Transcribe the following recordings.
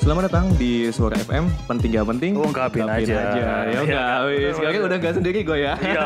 Selamat datang di Suara FM. Penting gak penting? Ungkapin aja. Ya enggak, sekarang udah gak sendiri gue ya. Iya.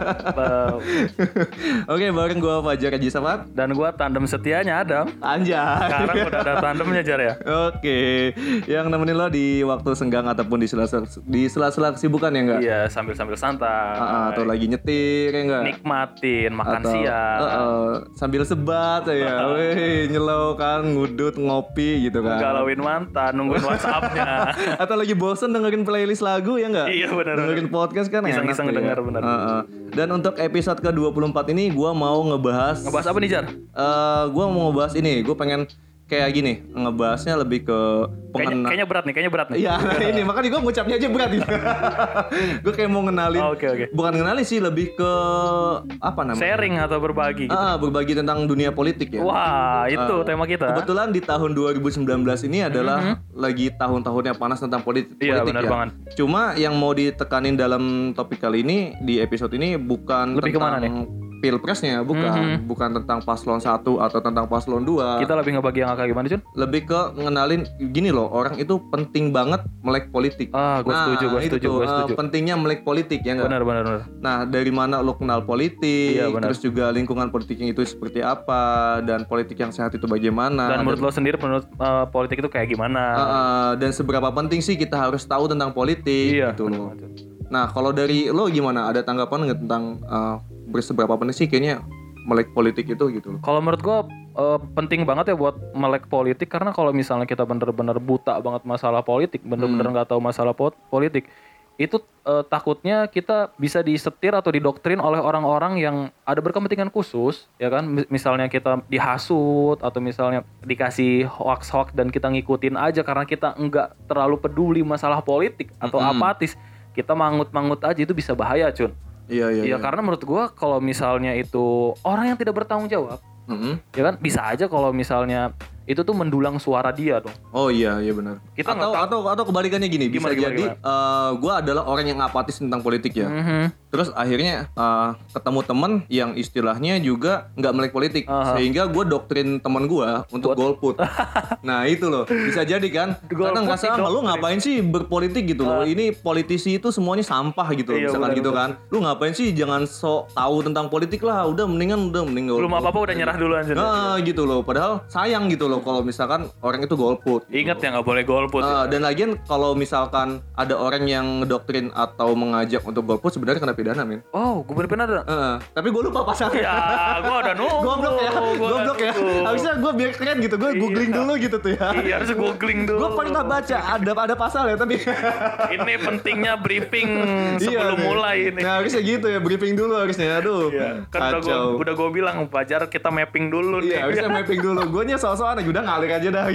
Oke, bareng gue Fajar Haji Samad. Dan gue tandem setianya Adam. Anjay. Sekarang udah ada tandemnya Jar ya. Oke, yang nemenin lo di waktu senggang ataupun di sela-sela kesibukan ya enggak? Iya, sambil santai. Atau lagi nyetir ya enggak? Nikmatin makan Atau, siang. sambil sebat ya. Wih, nyelau kan, ngudut, ngopi gitu kan. Galauin mantan, nungguin WhatsApp-nya. Atau lagi bosen dengerin playlist lagu ya enggak? Iya benar. Dengerin podcast kan Iseng-iseng enak denger ya. benar. Dan untuk episode ke-24 ini gue mau ngebahas apa nih Jar? Gue mau ngebahas ini. Gue pengen kayak gini, ngebahasnya lebih ke Kayaknya berat nih. Iya, ini makanya gue ngucapnya aja berat gitu. Gue kayak mau ngenalin. Oke. Bukan ngenalin sih, lebih ke apa namanya? Sharing atau berbagi gitu. Berbagi tentang dunia politik ya. Wah, itu tema kita. Kebetulan di tahun 2019 ini adalah lagi tahun-tahunnya panas tentang politik Iya, benar ya. banget. Cuma yang mau ditekanin dalam topik kali ini di episode ini bukan lebih tentang kemana nih? Pilpresnya, bukan tentang paslon 1 atau tentang paslon 2. Kita lebih ngebagi yang kayak gimana, Jun? Lebih ke ngenalin gini loh, orang itu penting banget melek politik. Gue setuju. Pentingnya melek politik ya enggak? Benar. Nah, dari mana lo kenal politik, Iya, terus juga lingkungan politiknya itu seperti apa, dan politik yang sehat itu bagaimana. Dan menurut lo sendiri, politik itu kayak gimana? Dan seberapa penting sih kita harus tahu tentang politik gitu loh. Nah, kalau dari lo gimana? Ada tanggapan nggak tentang seberapa penting sih kayaknya melek politik itu gitu loh? Kalau menurut gue penting banget ya buat melek politik, karena kalau misalnya kita bener-bener buta banget masalah politik, bener-bener nggak tahu masalah politik, itu takutnya kita bisa disetir atau didoktrin oleh orang-orang yang ada berkepentingan khusus, ya kan? Misalnya kita dihasut atau misalnya dikasih hoax dan kita ngikutin aja karena kita nggak terlalu peduli masalah politik atau apatis, kita mangut-mangut aja, itu bisa bahaya, Cun. Iya. Karena menurut gue kalau misalnya itu orang yang tidak bertanggung jawab, ya kan bisa aja kalau misalnya itu tuh mendulang suara dia dong. Oh iya benar. Kita atau kebalikannya gini, bisa jadi gue adalah orang yang apatis tentang politik ya. Terus akhirnya ketemu teman yang istilahnya juga nggak melek politik, sehingga gue doktrin teman gue untuk golput. Nah itu loh, bisa jadi kan? Karena nggak salah, lu ngapain sih berpolitik gitu loh? Ini politisi itu semuanya sampah gitu, misalkan gitu kan? Lu ngapain sih? Jangan sok tahu tentang politik lah. Udah mendingan golput. Belum apa-apa udah nyerah duluan. Nah gitu loh. Padahal sayang gitu loh kalau misalkan orang itu golput. Ingat ya, nggak boleh golput. Dan lagian kalau misalkan ada orang yang ngedoktrin atau mengajak untuk golput, sebenarnya kena pidana, men. Oh, gue bener-bener ada. Tapi gue lupa pasalnya. Ya, gue udah nunggu. Goblok ya. Harusnya gue biar keren gitu, gue googling dulu gitu tuh ya. Iya, harus googling dulu. Gue pernah baca ada pasal ya, tapi ini pentingnya briefing sebelum mulai ini. Nah, harusnya gitu ya, briefing dulu harusnya. Aduh. Iya. Kan udah gue bilang, Fajar, kita mapping dulu nih. Iya, harusnya mapping dulu. Gue nya soal-soal udah ngalir aja dah.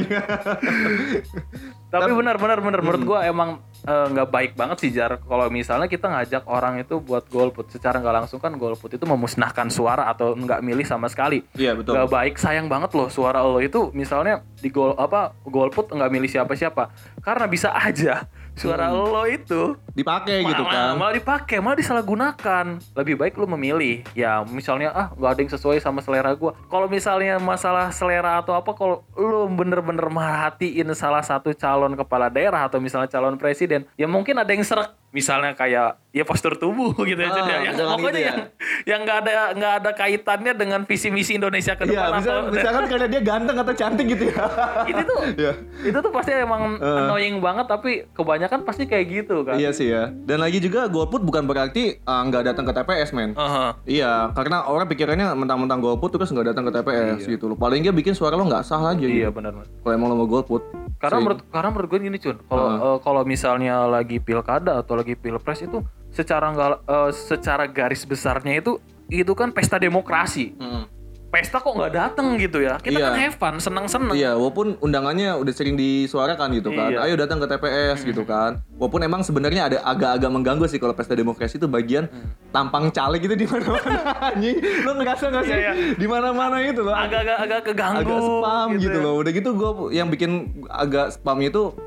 Tapi benar menurut gue emang nggak baik banget sih, Jar, kalau misalnya kita ngajak orang itu buat golput. Secara nggak langsung kan golput itu memusnahkan suara atau nggak milih sama sekali. Iya, betul. Nggak baik, sayang banget loh suara lo itu misalnya di golput nggak milih siapa-siapa, karena bisa aja suara lo itu dipakai gitu kan. Malah disalahgunakan. Lebih baik lo memilih. Ya misalnya nggak ada yang sesuai sama selera gue. Kalau misalnya masalah selera atau apa, kalau lo bener-bener merhatiin salah satu calon kepala daerah atau misalnya calon presiden, ya mungkin ada yang serak. Misalnya kayak ya postur tubuh gitu ya, pokoknya gitu yang nggak ada kaitannya dengan visi misi Indonesia ke depan. Iya, misalkan karena dia ganteng atau cantik gitu ya. itu tuh pasti emang annoying banget, tapi kebanyakan pasti kayak gitu kan. Iya sih ya. Dan lagi juga golput bukan berarti nggak datang ke TPS, men. Iya, karena orang pikirannya mentang-mentang golput terus nggak datang ke TPS gitu loh. Paling nggak bikin suara lo nggak sah aja. Iya, gitu. benar. Kalau emang lo mau golput. Karena menurut gue gini, Cun. Kalau misalnya lagi pilkada atau lagi pilpres itu secara garis besarnya itu kan pesta demokrasi. Pesta kok nggak datang gitu ya? Kita kan have fun, senang-senang. Iya, walaupun undangannya udah sering disuarakan gitu kan. Ayo datang ke TPS gitu kan. Walaupun emang sebenarnya ada agak-agak mengganggu sih kalau pesta demokrasi itu bagian tampang caleg itu di mana-mana. Anjing, lo ngerasa nggak sih? Di mana-mana itu loh. Agak keganggu. Agak spam gitu loh. Udah gitu gue yang bikin agak spamnya itu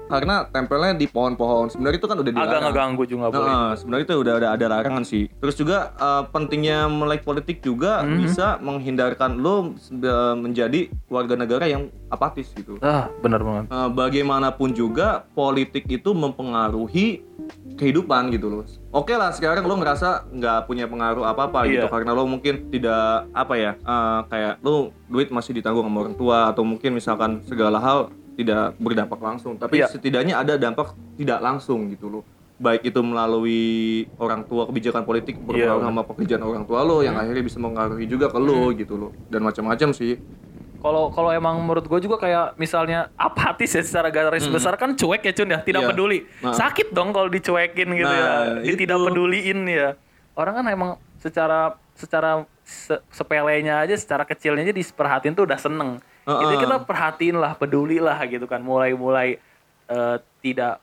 karena tempelnya di pohon-pohon. Sebenarnya itu kan udah dilarang. Agak ngeganggu juga nggak boleh. Sebenarnya itu udah ada larangan sih. Terus juga pentingnya melek politik juga bisa menghindarkan lo menjadi warga negara yang apatis gitu. Benar banget. Bagaimanapun juga politik itu mempengaruhi kehidupan gitu loh. Oke lah, sekarang lo ngerasa nggak punya pengaruh apa-apa gitu karena lo mungkin tidak kayak lo duit masih ditanggung sama orang tua atau mungkin misalkan segala hal tidak berdampak langsung, tapi setidaknya ada dampak tidak langsung gitu loh. Baik itu melalui orang tua, kebijakan politik berpengaruh sama pekerjaan orang tua lo yang akhirnya bisa mengaruhi juga ke lo gitu loh, dan macam-macam sih. Kalau emang menurut gue juga kayak misalnya apatis ya secara garis besar kan cuek ya Cun ya, tidak peduli. Sakit dong kalau dicuekin gitu tidak peduliin ya. Orang kan emang secara sepelenya aja, secara kecilnya aja diperhatiin tuh udah seneng. Jadi kita perhatiin lah, peduli lah gitu kan. Mulai tidak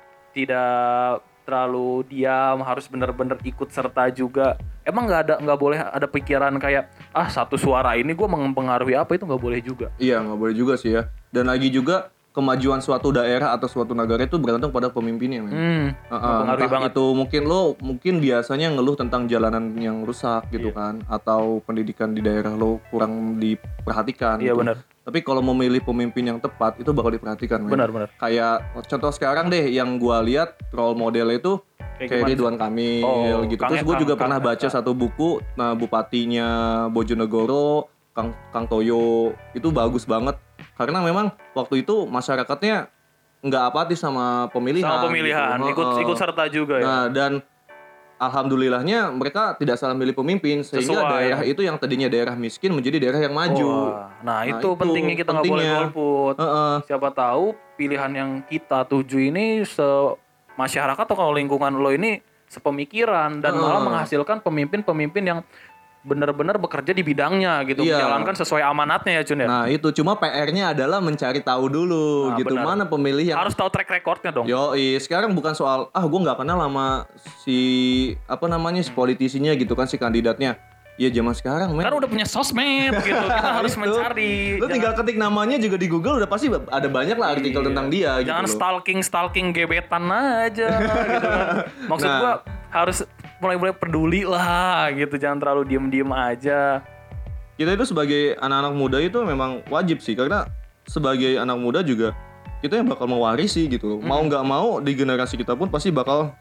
terlalu diam, harus benar-benar ikut serta juga. Emang nggak boleh ada pikiran kayak satu suara ini gue mempengaruhi apa, itu nggak boleh juga. Iya, nggak boleh juga sih ya. Dan lagi juga kemajuan suatu daerah atau suatu negara itu bergantung pada pemimpinnya. Mempengaruhi banget. Itu mungkin biasanya ngeluh tentang jalanan yang rusak gitu kan, atau pendidikan di daerah lo kurang diperhatikan. Iya gitu. benar. Tapi kalau memilih pemimpin yang tepat itu bakal diperhatikan. Benar. Kayak contoh sekarang deh yang gua lihat role model itu kayak Ridwan Kamil gitu. Terus gue juga pernah baca satu buku bupatinya Bojonegoro, Kang Toyo, itu bagus banget. Karena memang waktu itu masyarakatnya nggak apatis sama pemilihan. Gitu. Ikut serta juga ya. Nah, dan alhamdulillahnya mereka tidak salah milih pemimpin sehingga daerah itu yang tadinya daerah miskin menjadi daerah yang maju. Nah itu pentingnya kita nggak boleh golput. Siapa tahu pilihan yang kita tuju ini masyarakat atau kalau lingkungan lo ini sepemikiran dan malah menghasilkan pemimpin-pemimpin yang benar-benar bekerja di bidangnya gitu, menjalankan sesuai amanatnya ya Cun ya. Nah itu cuma PR-nya adalah mencari tahu dulu gitu benar. Mana pemilih yang harus tahu track recordnya dong. Sekarang bukan soal gue nggak kenal sama si politisinya gitu kan, si kandidatnya. Ya zaman sekarang kan udah punya sosmed gitu, kita harus mencari. Lo tinggal ketik namanya juga di Google udah pasti ada banyak lah artikel tentang dia. Jangan gitu stalking gebetan aja gitu kan. Maksud gua harus mulai peduli lah gitu, jangan terlalu diem aja. Kita itu sebagai anak-anak muda itu memang wajib sih, karena sebagai anak muda juga kita yang bakal mewarisi gitu. Mau nggak mau di generasi kita pun pasti bakal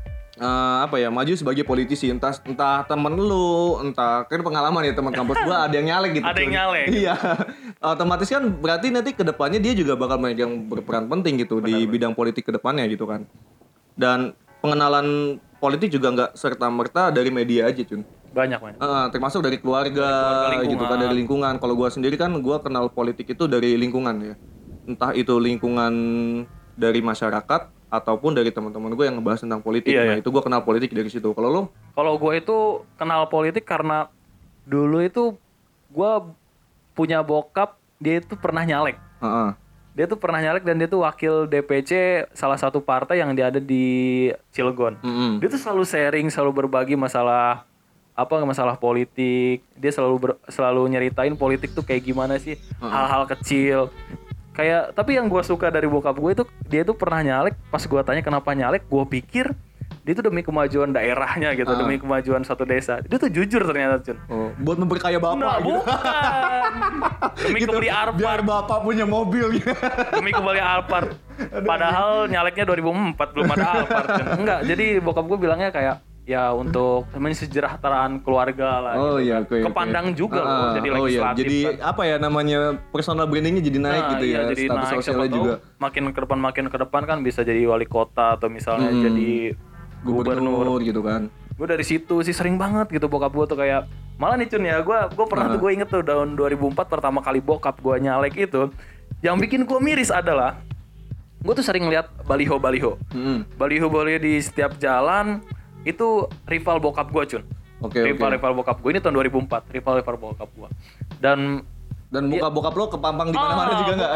maju sebagai politisi, entah temen lu, entah kan pengalaman ya teman kampus gua ada yang nyalek gitu. Ada yang nyalek. Iya. Otomatis kan berarti nanti kedepannya dia juga bakal memegang berperan penting gitu di bidang politik kedepannya gitu kan. Dan pengenalan politik juga nggak serta-merta dari media aja Cun. Banyak. Termasuk dari keluarga gitu kan, dari lingkungan. Kalau gua sendiri kan gua kenal politik itu dari lingkungan ya. Entah itu lingkungan dari masyarakat ataupun dari teman-teman gue yang ngebahas tentang politik. Nah itu gue kenal politik dari situ. Kalau lo? Kalau gue itu kenal politik karena dulu itu gue punya bokap, dia itu pernah nyalek. Dia tuh pernah nyalek dan dia tuh wakil DPC salah satu partai yang dia ada di Cilegon. Dia tuh selalu sharing, selalu berbagi masalah politik. Dia selalu nyeritain politik tuh kayak gimana sih, hal-hal kecil. Kayak, tapi yang gue suka dari bokap gue itu dia tuh pernah nyalek. Pas gue tanya kenapa nyalek, gue pikir dia tuh demi kemajuan daerahnya gitu, demi kemajuan satu desa. Dia tuh jujur ternyata Cun. Buat memperkaya bapak gitu. Bukan. Demi gitu, kebeli Alphard. Biar bapak punya mobil gitu. Demi kebeli Alphard. Padahal nyaleknya 2004 belum ada Alphard Cun. Enggak, jadi bokap gue bilangnya kayak ya untuk mensejahterakan keluarga lah gitu. Kepandang juga loh jadi legislatif. Jadi kan. Namanya personal brandingnya jadi naik gitu ya. Jadi status naik, sosialnya juga. Makin ke depan kan bisa jadi wali kota atau misalnya jadi gubernur gitu kan. Gue dari situ sih sering banget gitu bokap gue tuh kayak, malah nih Cun ya, gue pernah tuh, gue inget tuh tahun 2004 pertama kali bokap gue nyalek itu, yang bikin gue miris adalah gue tuh sering lihat baliho di setiap jalan. Itu rival bokap gue Cun. Rival bokap gue ini tahun 2004. Rival bokap gue. Dan bokap lo kepampang di mana-mana juga enggak?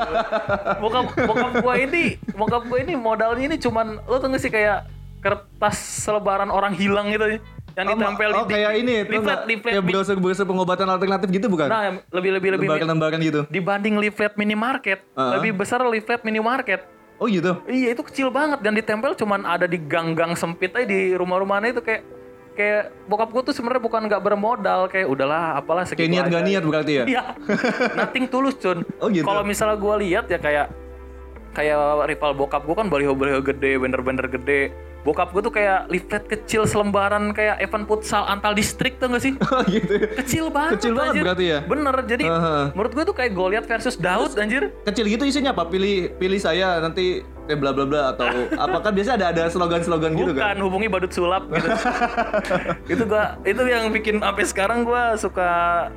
Bokap gue ini modalnya ini cuman, lo tuh nggak sih kayak kertas selebaran orang hilang gitu yang ditempel di kayak ini leaflet kayak brosur pengobatan alternatif gitu bukan? Nah, lebih lembaran gitu. Dibanding leaflet minimarket, lebih besar leaflet minimarket. Oh gitu? Iya, itu kecil banget dan ditempel cuman ada di gang-gang sempit aja di rumah-rumahnya itu kayak bokap gue tuh sebenarnya bukan nggak bermodal, kayak udahlah apalah segitu Kayak niat aja. gak niat berarti ya? Iya. Nothing tulus, Cun. Oh gitu? Kalau misalnya gue lihat ya kayak rival bokap gue kan baliho-baliho gede, banner-banner gede. Bokap gue tuh kayak leaflet kecil selembaran kayak event futsal antar distrik, tuh gak sih? Oh gitu. Kecil banget. Kecil banget anjir. berarti ya? Bener, jadi menurut gue tuh kayak Goliath versus Daud anjir. Kecil gitu isinya apa? Pilih saya nanti bla bla bla atau apakah biasa ada slogan-slogan gitu Bukan, kan? hubungi badut sulap gitu. itu yang bikin sampai sekarang gue suka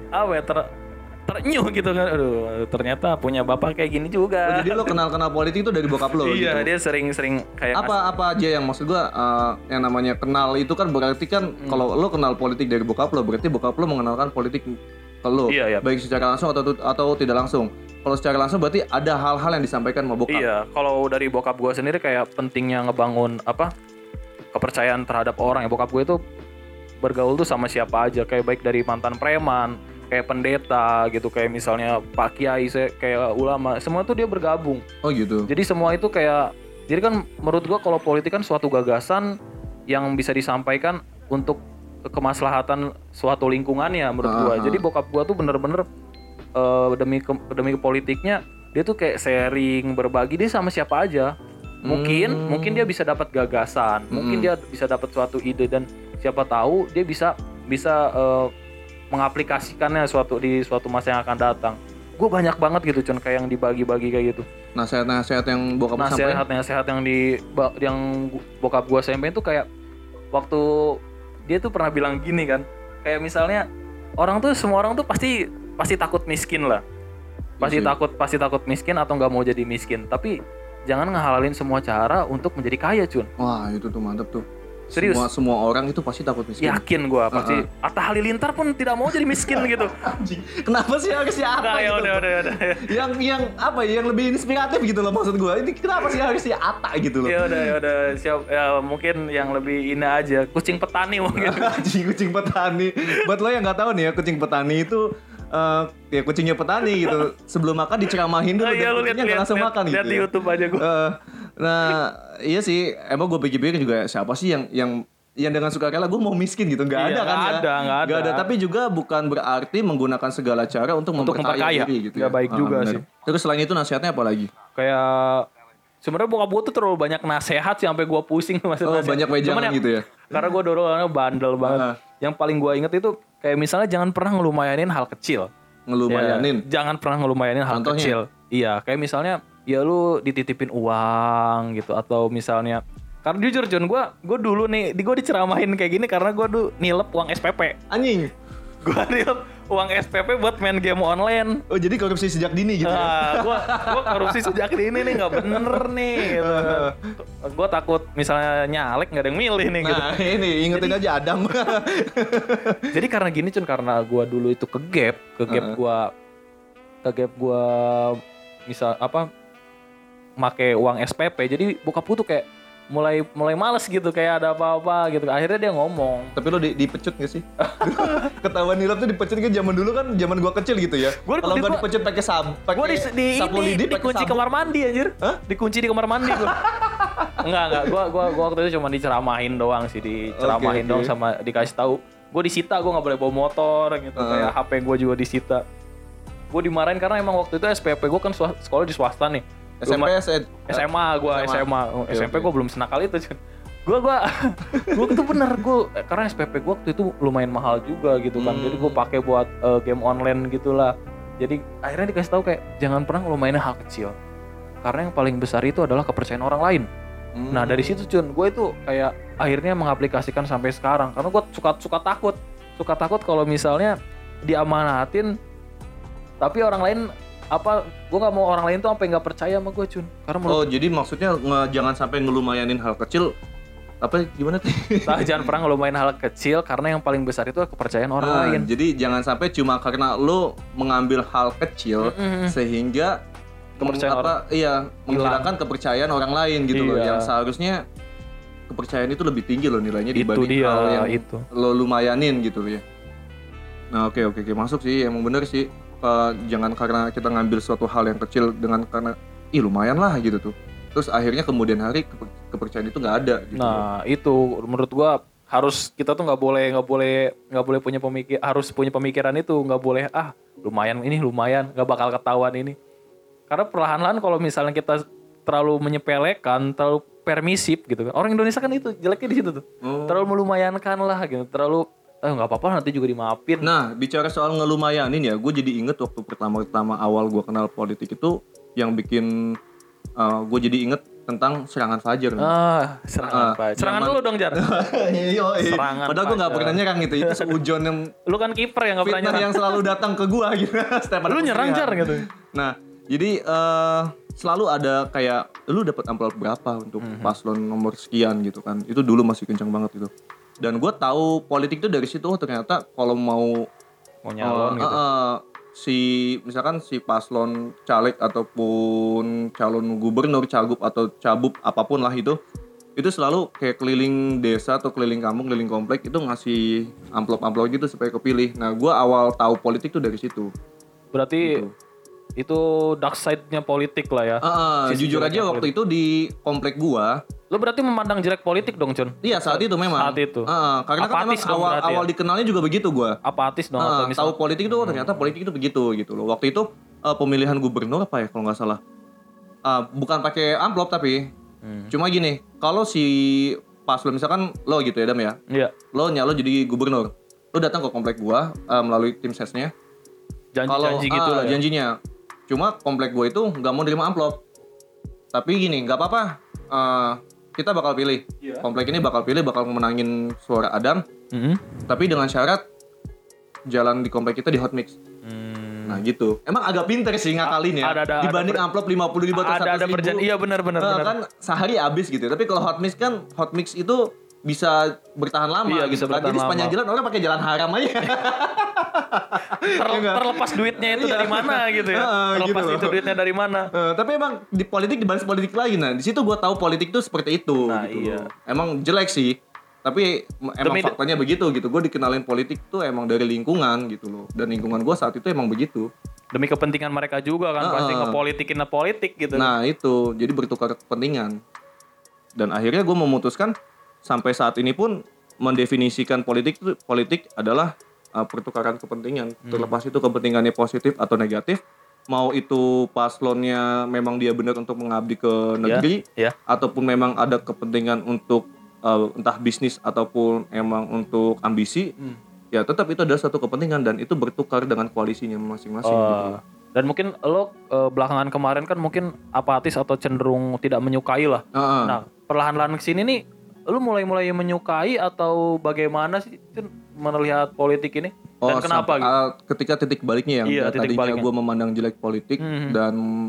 terenyuh gitu kan. Aduh, ternyata punya bapak kayak gini Oh, juga. jadi lo kenal politik itu dari bokap lo Iya, gitu? dia sering kayak Apa aja yang maksud gua yang namanya kenal itu kan berarti kan kalau lo kenal politik dari bokap lo berarti bokap lo mengenalkan politik ke lo, Iya. baik secara langsung atau tidak langsung. Kalau secara langsung berarti ada hal-hal yang disampaikan sama bokap. Iya, kalau dari bokap gue sendiri kayak pentingnya ngebangun kepercayaan terhadap orang ya. Bokap gue itu bergaul tuh sama siapa aja, kayak baik dari mantan preman, kayak pendeta gitu, kayak misalnya Pak Kiai, kayak ulama, semua tuh dia bergabung. Oh gitu. Jadi semua itu jadi kan menurut gue kalau politik kan suatu gagasan yang bisa disampaikan untuk kemaslahatan suatu lingkungannya menurut gue. Jadi bokap gue tuh bener-bener demi politiknya dia tuh kayak sharing, berbagi dia sama siapa aja. Mungkin dia bisa dapat gagasan, mungkin dia bisa dapat suatu ide dan siapa tahu dia bisa mengaplikasikannya di suatu masa yang akan datang. Gue banyak banget gitu Con kayak yang dibagi-bagi kayak gitu. Nasihat-nasihat yang bokap sampaikan. Nasihat yang bokap gue sampaikan tuh kayak waktu dia tuh pernah bilang gini kan, kayak misalnya semua orang tuh pasti takut miskin lah. Pasti takut miskin atau nggak mau jadi miskin. Tapi jangan ngehalalin semua cara untuk menjadi kaya, Cun. Wah, itu tuh mantep tuh. Serius? Semua orang itu pasti takut miskin. Yakin gue pasti. Atta Halilintar pun tidak mau jadi miskin gitu. Kenapa sih harusnya Atta gitu? Udah. Yang apa ya, yang lebih inspiratif gitu loh maksud gue. Ini kenapa sih harusnya Atta gitu loh? Ya udah siap. Ya mungkin yang lebih ini aja, kucing petani mungkin. Kucing petani. Buat lo yang nggak tahu nih ya, kucing petani itu ya kucingnya petani gitu. Sebelum makan diceramahin dulu, dan kucingnya nggak langsung makan gitu. Lihat di YouTube aja gue. Nah, iya sih. Emang gue pikir-pikir juga siapa sih yang dengan sukarela gue mau miskin gitu? Nggak ada kan? Nggak ada. Tapi juga bukan berarti menggunakan segala cara untuk memperkaya diri gitu. Nggak baik juga bener sih. Terus selain itu nasihatnya apa lagi? Kayak sebenarnya bokap gue tuh terlalu banyak nasehat sih sampai gue pusing nasihat. Banyak wejangan gitu ya? Karena gue orangnya bandel banget. Yang paling gue inget itu kayak misalnya jangan pernah ngelumayanin hal kecil. Ngelumayanin? Ya, jangan pernah ngelumayanin hal kecil. Iya, kayak misalnya ya lu dititipin uang gitu, atau misalnya karena jujur John, gue dulu nih gue diceramahin kayak gini karena gue dulu nilep uang SPP. Anjing. Gue nilep uang SPP buat main game online. Oh, jadi korupsi sejak dini gitu ya? Gue korupsi sejak dini nih, nggak bener nih gitu. Gue takut misalnya nyalek nggak ada yang milih nih gitu. Nah ini ingetin aja Adam. Jadi karena gini Cun, karena gue dulu itu ke gap gue misal make uang SPP, jadi bokap gue tuh kayak mulai males gitu, kayak ada apa-apa gitu. Akhirnya dia ngomong. Tapi lo dipecut gak sih? Ketahuan nilap tuh dipecut kan zaman gua kecil gitu ya. Kalau gua dipecut pakai sapu lidi, dikunci kamar mandi anjir. Hah? Dikunci di kamar mandi gua. Enggak. Gua waktu itu cuma diceramahin doang sih, doang sama dikasih tahu. Gua disita, gua enggak boleh bawa motor gitu. Kayak HP gua juga disita. Gua dimarahin karena emang waktu itu SPP gua kan sekolah di swasta nih. SMA gue belum senakal itu. Gue tuh bener karena SPP gue waktu itu lumayan mahal juga gitu kan. Jadi gue pakai buat game online gitulah. Jadi akhirnya dikasih tahu kayak jangan pernah ngelumayanin hal kecil, karena yang paling besar itu adalah kepercayaan orang lain. Nah dari situ Cun, gue itu kayak akhirnya mengaplikasikan sampai sekarang, karena gue suka takut kalau misalnya diamanatin tapi orang lain gue nggak mau orang lain tuh sampai nggak percaya sama gue Cun. Karena jadi maksudnya jangan sampai ngelumayanin hal kecil. Apa gimana tuh? Jangan pernah ngelumayanin hal kecil, karena yang paling besar itu kepercayaan orang lain. Jadi jangan sampai cuma karena lo mengambil hal kecil sehingga menghilangkan kepercayaan orang lain gitu loh. Yang seharusnya kepercayaan itu lebih tinggi loh nilainya dibanding hal yang lo lumayanin gitu ya. Nah oke masuk sih, emang bener sih. Jangan karena kita ngambil suatu hal yang kecil karena lumayan lah gitu tuh. terus akhirnya kemudian hari kepercayaan itu nggak ada gitu. Nah itu menurut gua harus kita tuh nggak boleh harus punya pemikiran itu, nggak boleh lumayan nggak bakal ketahuan ini, karena perlahan-lahan kalau misalnya kita terlalu menyepelekan, terlalu permisif gitu kan, orang Indonesia kan itu jeleknya di situ tuh, terlalu melumayankan lah gitu, terlalu nggak apa-apa nanti juga dimaafin. Nah bicara soal ngelumayanin ya, gue jadi inget waktu pertama awal gue kenal politik itu yang bikin gue jadi inget tentang serangan Fajar. Serangan Fajar. Serangan dulu dong, Jar. Serangan. Padahal gue nggak pernah nyerang gitu. Itu seujon yang lu kan kiper yang nggak pernah nyerang. Yang selalu datang ke gue gitu. Lu nyerang, Jar gitu. Nah, jadi selalu ada kayak lu dapat amplop berapa untuk paslon nomor sekian gitu kan. Itu dulu masih kencang banget itu. Dan gue tahu politik itu dari situ ternyata kalau mau nyalon gitu. Misalkan si paslon caleg ataupun calon gubernur, cagup atau cabub apapun lah itu selalu kayak keliling desa atau keliling kampung, keliling komplek itu ngasih amplop-amplop gitu supaya kepilih. Nah, gue awal tahu politik tuh dari situ. Berarti gitu. Itu dark side-nya politik lah ya. Jujur aja waktu itu di komplek gua. Lo berarti memandang jelek politik dong, Con? Iya, saat itu memang. Saat itu. Karena apatis kan memang awal dikenalnya juga begitu gua. Apatis dong. Tahu politik itu ternyata politik itu begitu gitu loh. Waktu itu pemilihan gubernur apa ya kalau nggak salah. Bukan pakai amplop tapi cuma gini, kalau si paslon misalkan lo gitu ya Dam ya. Iya. Lo nyalon jadi gubernur. Lo datang ke komplek gua melalui tim sesnya. Janji gitu lah ya. Janjinya. Cuma komplek gue itu nggak mau nerima amplop. Tapi gini, nggak apa-apa. Kita bakal pilih. Yeah. Komplek ini bakal memenangin suara Adam. Tapi dengan syarat jalan di komplek kita di hot mix. Nah gitu. Emang agak pinter sih ngakalin ya. Dibanding amplop 50.000 atau 100.000. Iya benar. Kan sehari habis gitu. Tapi kalau hot mix itu bisa bertahan lama gitu kan. Jadi sepanjang jalan orang pakai jalan haram aja. Terlepas duitnya itu dari mana gitu ya. Terlepas gitu. Itu duitnya dari mana. Tapi emang di politik dibahas politik lagi. Nah di situ gue tahu politik itu seperti itu. Nah gitu iya. Emang jelek sih. Tapi emang faktanya begitu gitu. Gue dikenalin politik tuh emang dari lingkungan gitu loh. Dan lingkungan gue saat itu emang begitu. Demi kepentingan mereka juga kan. Pasti ngepolitikin politik gitu. Nah itu. Jadi bertukar kepentingan. Dan akhirnya gue memutuskan sampai saat ini pun mendefinisikan politik adalah pertukaran kepentingan. Terlepas itu kepentingannya positif atau negatif, mau itu paslonnya memang dia benar untuk mengabdi ke negeri, ataupun memang ada kepentingan untuk entah bisnis ataupun emang untuk ambisi, ya tetap itu adalah satu kepentingan dan itu bertukar dengan koalisinya masing-masing. Gitu. Dan mungkin lo belakangan kemarin kan mungkin apatis atau cenderung tidak menyukai lah. Nah perlahan-lahan kesini nih, lu mulai menyukai atau bagaimana sih melihat politik ini dan kenapa gitu? Ketika titik baliknya yang tadinya gue memandang jelek politik dan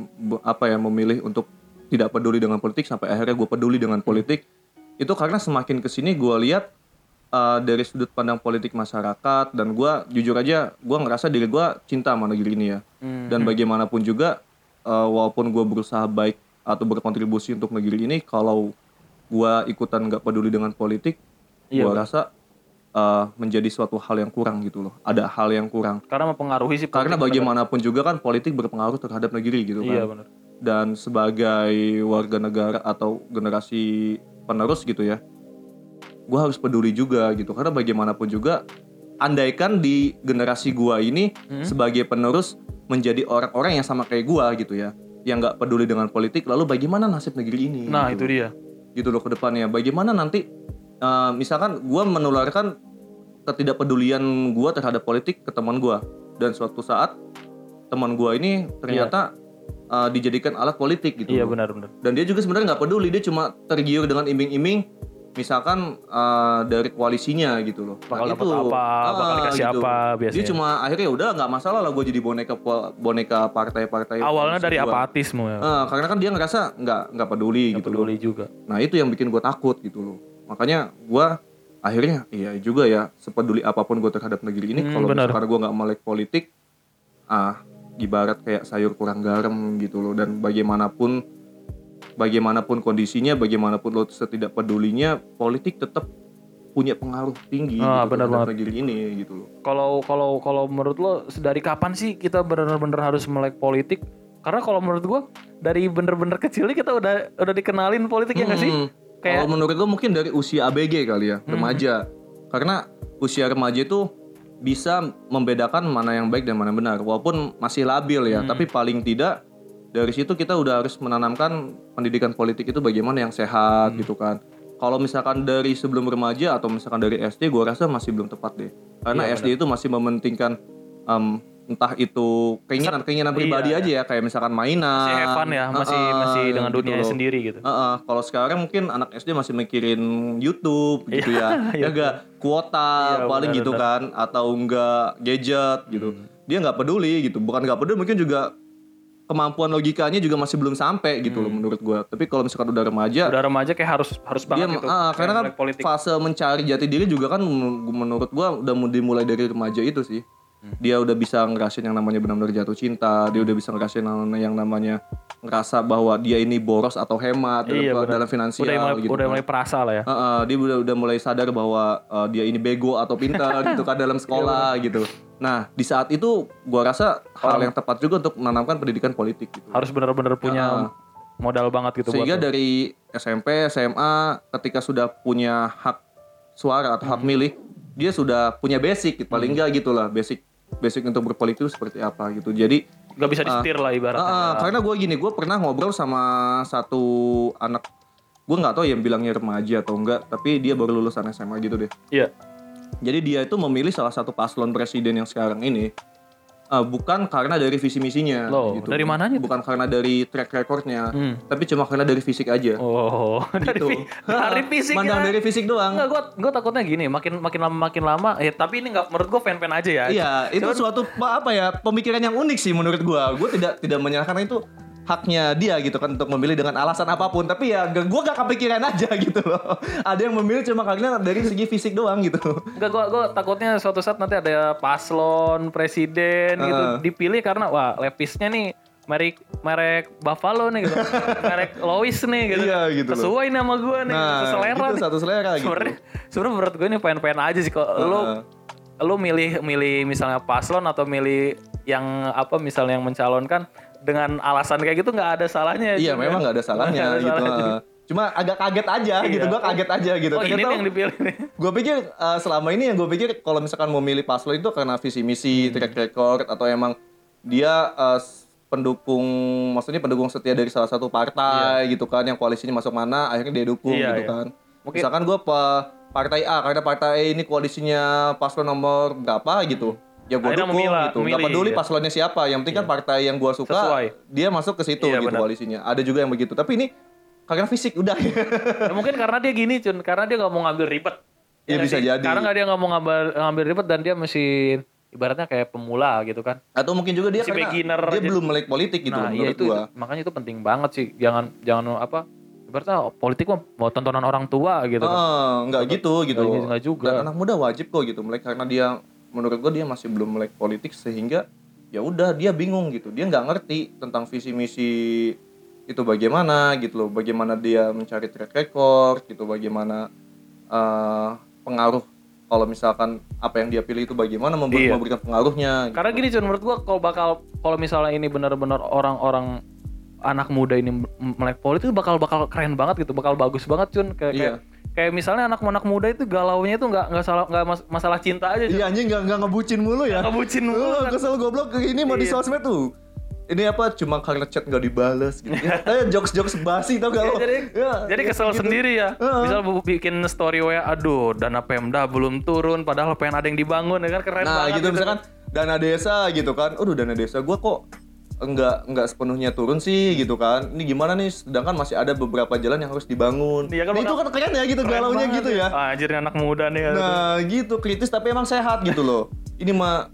memilih untuk tidak peduli dengan politik sampai akhirnya gue peduli dengan politik itu karena semakin kesini gue lihat dari sudut pandang politik masyarakat dan gue jujur aja gue ngerasa diri gue cinta sama negeri ini ya dan bagaimanapun juga walaupun gue berusaha baik atau berkontribusi untuk negeri ini kalau gue ikutan gak peduli dengan politik, gue rasa menjadi suatu hal yang kurang gitu loh. Ada hal yang kurang. Karena mempengaruhi sih. Karena bagaimanapun juga kan politik berpengaruh terhadap negeri gitu kan. Iya benar. Dan sebagai warga negara atau generasi penerus gitu ya, gue harus peduli juga gitu. Karena bagaimanapun juga, andaikan di generasi gue ini sebagai penerus menjadi orang-orang yang sama kayak gue gitu ya, yang gak peduli dengan politik, lalu bagaimana nasib negeri ini? Nah gitu. Itu dia. Gitu loh ke depannya. Bagaimana nanti misalkan gue menularkan ketidakpedulian gue terhadap politik ke teman gue dan suatu saat teman gue ini ternyata dijadikan alat politik gitu. Iya benar. Dan dia juga sebenarnya nggak peduli, dia cuma tergiur dengan iming-iming misalkan dari koalisinya gitu loh. Bakal dapat apa, bakal dikasih gitu. Apa biasanya. Dia cuma akhirnya udah nggak masalah lah gue jadi boneka partai-partai. Awalnya dari apatis semua. Karena kan dia ngerasa nggak peduli gitu peduli loh. Juga. Nah itu yang bikin gue takut gitu loh. Makanya gue akhirnya iya juga ya sepeduli apapun gue terhadap negeri ini kalau misalkan gue nggak melek politik, ibarat kayak sayur kurang garam gitu loh. Dan bagaimanapun kondisinya, bagaimanapun lo setidak pedulinya, politik tetap punya pengaruh tinggi gitu terhadap negeri ini gitu loh. Kalau menurut lo dari kapan sih kita benar-benar harus melek politik Karena kalau menurut gue dari bener-bener kecilnya kita udah dikenalin politik ya nggak sih? Kalau menurut gue mungkin dari usia ABG kali ya, remaja. Karena usia remaja itu bisa membedakan mana yang baik dan mana yang benar. Walaupun masih labil ya, tapi paling tidak dari situ kita udah harus menanamkan pendidikan politik itu bagaimana yang sehat gitu kan. Kalau misalkan dari sebelum remaja atau misalkan dari SD, gue rasa masih belum tepat deh. Karena SD itu masih mementingkan entah itu keinginan pribadi aja ya, kayak misalkan mainan. Masih have fun ya, masih dengan dunianya gitu sendiri gitu. Kalau sekarang mungkin anak SD masih mikirin YouTube gitu ya. Ya enggak kuota paling gitu kan, atau enggak gadget gitu. Dia enggak peduli gitu. Bukan enggak peduli, mungkin juga kemampuan logikanya juga masih belum sampai gitu loh menurut gua. Tapi kalau misalkan udah remaja kayak harus banget dia, gitu. Karena kan fase mencari jati diri juga kan menurut gua udah dimulai dari remaja itu sih. Dia udah bisa ngerasain yang namanya benar-benar jatuh cinta, dia udah bisa ngerasain yang namanya ngerasa bahwa dia ini boros atau hemat dalam finansial gitu. Udah mulai perasa lah ya. Dia udah mulai sadar bahwa dia ini bego atau pintar gitu kan dalam sekolah gitu. Nah, di saat itu gua rasa hal yang tepat juga untuk menanamkan pendidikan politik gitu. Harus benar-benar punya modal banget gitu. Sehingga dari SMP, SMA ketika sudah punya hak suara atau hak milih, dia sudah punya basic gitu, paling enggak gitulah, basic untuk berpolitik itu seperti apa gitu. Jadi nggak bisa disetir lah ibaratnya. Karena gue pernah ngobrol sama satu anak, gue nggak tahu yang bilangnya remaja atau enggak, tapi dia baru lulusan SMA gitu deh. Iya. Jadi dia itu memilih salah satu paslon presiden yang sekarang ini bukan karena dari visi misinya. Loh, gitu. dari mananya? Bukan karena dari track recordnya, tapi cuma karena dari fisik aja. Oh, gitu. dari fisik. Mandang dari fisik doang. Enggak, gue takutnya gini, makin lama. Tapi ini nggak, menurut gue fan aja ya. Iya, itu suatu pemikiran yang unik sih menurut gue. Gue tidak menyalahkan itu. Haknya dia gitu kan untuk memilih dengan alasan apapun, tapi ya gue gak kepikiran aja gitu loh. Ada yang memilih cuma karena dari segi fisik doang gitu. Enggak, gue takutnya suatu saat nanti ada paslon presiden gitu dipilih karena wah levisnya nih merek Buffalo nih gitu. Merek Lois nih gitu. Iya, gitu sesuai nih sama gue nih, selera gitu, nih. Satu selera gitu. Sebenarnya menurut gue ini pengen aja sih kok. Lu milih misalnya paslon atau milih yang misalnya yang mencalonkan dengan alasan kayak gitu nggak ada salahnya. Iya, memang nggak ada salahnya gitu. Cuma agak kaget aja gitu, gue kaget aja gitu. Oh, ini yang dipilih nih. Gue pikir selama ini yang gue pikir kalau misalkan mau milih paslon itu karena visi misi, track record, atau emang dia pendukung setia dari salah satu partai gitu kan, yang koalisinya masuk mana akhirnya dia dukung gitu kan. Mungkin. Misalkan gue partai A karena partai ini koalisinya paslon nomor berapa gitu. Ya gue dukung gitu. Gak peduli paslonnya siapa, yang penting kan partai yang gue suka sesuai. Dia masuk ke situ gitu koalisinya. Ada juga yang begitu. Tapi ini karena fisik udah. Ya, mungkin karena dia gini Cun, karena dia gak mau ngambil ribet. Ya bisa jadi. Karena dia gak mau ngambil ribet dan dia masih ibaratnya kayak pemula gitu kan. Atau mungkin juga dia karena beginner, dia belum melek politik gitu menurut gue. Makanya itu penting banget sih. Jangan ibaratnya politik mau tontonan orang tua gitu kan. Enggak gitu. Enggak juga. Dan anak muda wajib kok gitu melek, karena dia menurut gue dia masih belum melek politik, sehingga ya udah dia bingung gitu. Dia nggak ngerti tentang visi misi itu bagaimana gitu loh. Bagaimana dia mencari track record gitu, bagaimana pengaruh kalau misalkan apa yang dia pilih itu bagaimana memberikan pengaruhnya. Karena gini Cun, menurut gue kalau misalnya ini benar-benar orang-orang anak muda ini melek politik itu bakal keren banget gitu, bakal bagus banget Cun. Kayak misalnya anak muda itu galaunya itu nggak masalah cinta aja. Iya anjing, nggak ngebucin mulu ya. Ngebucin mulu. Kan. Kesel goblok ini mau di sosmed tuh. Ini cuma karena chat nggak dibales gitu. Jokes basi tau gak lo? Jadi kesel gitu. Sendiri ya. Misal bikin story WA, aduh dana Pemda belum turun, padahal pengen ada yang dibangun ya kan, keren banget. Nah gitu misalkan dana desa gitu kan. Dana desa gua kok enggak sepenuhnya turun sih gitu kan. Ini gimana nih, sedangkan masih ada beberapa jalan yang harus dibangun. Iya, kan itu kan keren ya gitu, galaunya gitu ya. Anjir anak muda nih. Nah gitu, kritis tapi emang sehat gitu loh. Ini mah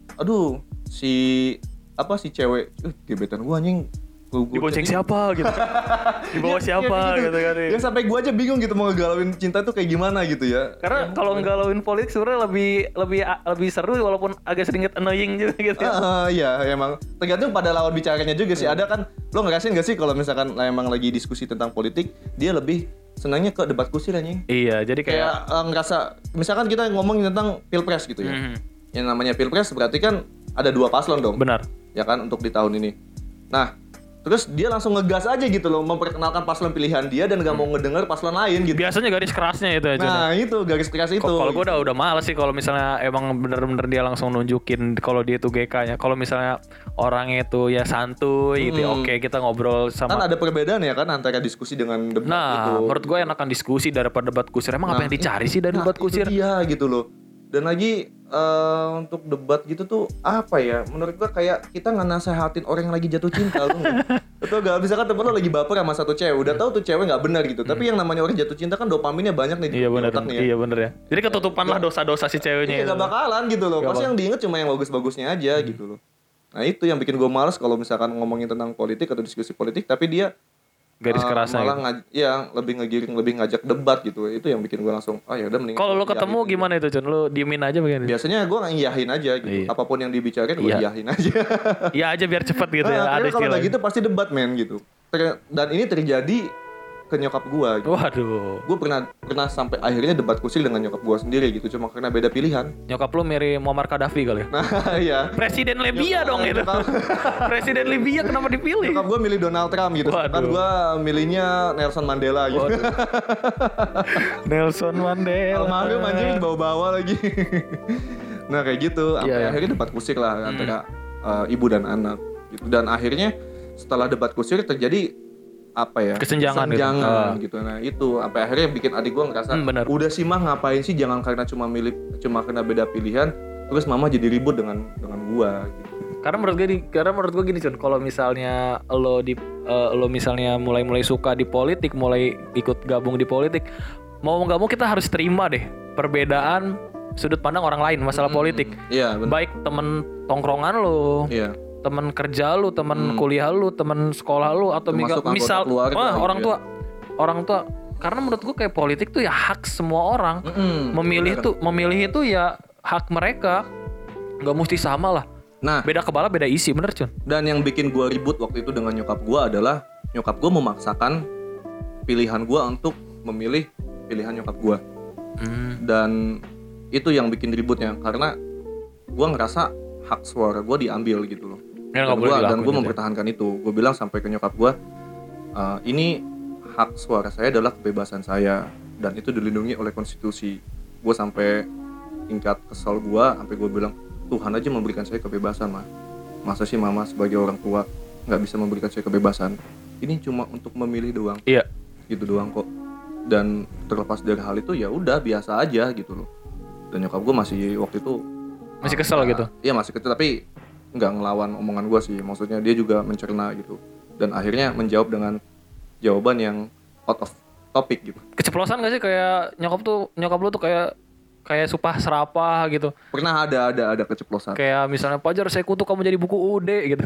si cewek gebetan gua anjing dibonceng siapa gitu. Dibawa siapa gitu kan. Ya sampai gua aja bingung gitu mau ngegalauin cinta tuh kayak gimana gitu ya. Karena kalau ngegalauin politik sebenarnya lebih seru walaupun agak sedikit annoying juga gitu. Iya emang tergantung pada lawan bicaranya juga sih. Ada kan lo ngerasain gak sih kalau misalkan emang lagi diskusi tentang politik, dia lebih senangnya ke debat kusir anjing. Iya, jadi kayak ngerasa misalkan kita ngomongin tentang pilpres gitu ya. Yang namanya pilpres berarti kan ada 2 paslon dong. Benar. Ya kan untuk di tahun ini. Nah, Terus dia langsung ngegas aja gitu loh, memperkenalkan paslon pilihan dia dan gak mau ngedenger paslon lain gitu. Biasanya garis kerasnya itu aja. Nah itu garis keras itu. Kalau gue udah males sih kalau misalnya emang bener-bener dia langsung nunjukin kalau dia itu GK-nya. Kalau misalnya orangnya itu ya santuy gitu, oke, kita ngobrol sama. Kan ada perbedaan ya kan antara diskusi dengan debat gitu. Nah, menurut gue enakan diskusi daripada debat kusir. Emang apa yang dicari sih dari debat kusir? Iya gitu loh. Dan lagi untuk debat gitu tuh apa ya? Menurut gua kayak kita nggak nasehatin orang yang lagi jatuh cinta lu. Betul gak? Misalkan temen lo lagi baper sama satu cewek, udah tahu tuh cewek nggak benar gitu. Tapi yang namanya orang jatuh cinta kan dopaminnya banyak nih. Iya benar. Iya benar ya. Jadi ketutupan lah dosa-dosa si ceweknya. Iya, gak bakalan gitu loh. Pasti yang diinget cuma yang bagus-bagusnya aja gitu loh. Nah itu yang bikin gua males kalau misalkan ngomongin tentang politik atau diskusi politik, tapi dia garis kerasnya malah gitu. lebih ngegiring, lebih ngajak debat gitu. Itu yang bikin gue langsung ya udah mending. Kalau lo ketemu gimana itu, Cun? Lo diemin aja begini? Biasanya gue ngiyahin aja gitu. Iya. Apapun yang dibicarain gue iyahin aja. Iya aja biar cepet gitu ya. Ada kalau istilah udah gitu pasti debat men gitu. Dan ini terjadi ke nyokap gue gitu. Waduh. Gue pernah sampai akhirnya debat kusir dengan nyokap gue sendiri gitu, cuma karena beda pilihan. Nyokap lo mirip Muammar Gaddafi kali ya? Nah iya. Presiden Libya dong itu. Presiden Libya kenapa dipilih? Nyokap gue milih Donald Trump gitu. Kan gue milihnya Nelson Mandela gitu. Nelson Mandela. Almarhum anjing dibawa-bawa lagi. Nah kayak gitu. Sampai akhirnya debat kusir lah antara ibu dan anak gitu. Dan akhirnya setelah debat kusir terjadi kesenjangan gitu. Nah itu sampai akhirnya bikin adik gue ngerasa udah sih mah ngapain sih, jangan karena cuma karena beda pilihan terus mama jadi ribut dengan gue gitu. Karena menurut gue gini Cun, kalau misalnya lo misalnya mulai suka di politik, mulai ikut gabung di politik, mau nggak mau kita harus terima deh perbedaan sudut pandang orang lain masalah politik. Iya, bener. Baik temen tongkrongan lo, teman kerja lu, teman kuliah lu, teman sekolah lu, atau misal orang tua. Karena menurut gua kayak politik tuh ya hak semua orang. Memilih itu ya hak mereka, nggak mesti sama lah. Nah, beda kepala beda isi, bener Cun. Dan yang bikin gua ribut waktu itu dengan nyokap gua adalah nyokap gua memaksakan pilihan gua untuk memilih pilihan nyokap gua. Dan itu yang bikin ributnya karena gua ngerasa hak suara gua diambil gitu loh. Dan gue mempertahankan itu. Gue bilang sampai ke nyokap gue, ini hak suara saya adalah kebebasan saya dan itu dilindungi oleh konstitusi. Gue sampai tingkat kesal gue, sampai gue bilang Tuhan aja memberikan saya kebebasan mah. Masa sih mama sebagai orang tua nggak bisa memberikan saya kebebasan? Ini cuma untuk memilih doang. Iya. Gitu doang kok. Dan terlepas dari hal itu ya udah biasa aja gitu loh. Dan nyokap gue masih waktu itu masih kesel gitu. Iya masih kesel tapi nggak ngelawan omongan gue sih, maksudnya dia juga mencerna gitu dan akhirnya menjawab dengan jawaban yang out of topic gitu. Keceplosan gak sih kayak nyokap lu tuh kayak supah serapah gitu? Pernah ada keceplosan. Kayak misalnya Pajar saya kutuk kamu jadi buku UD gitu.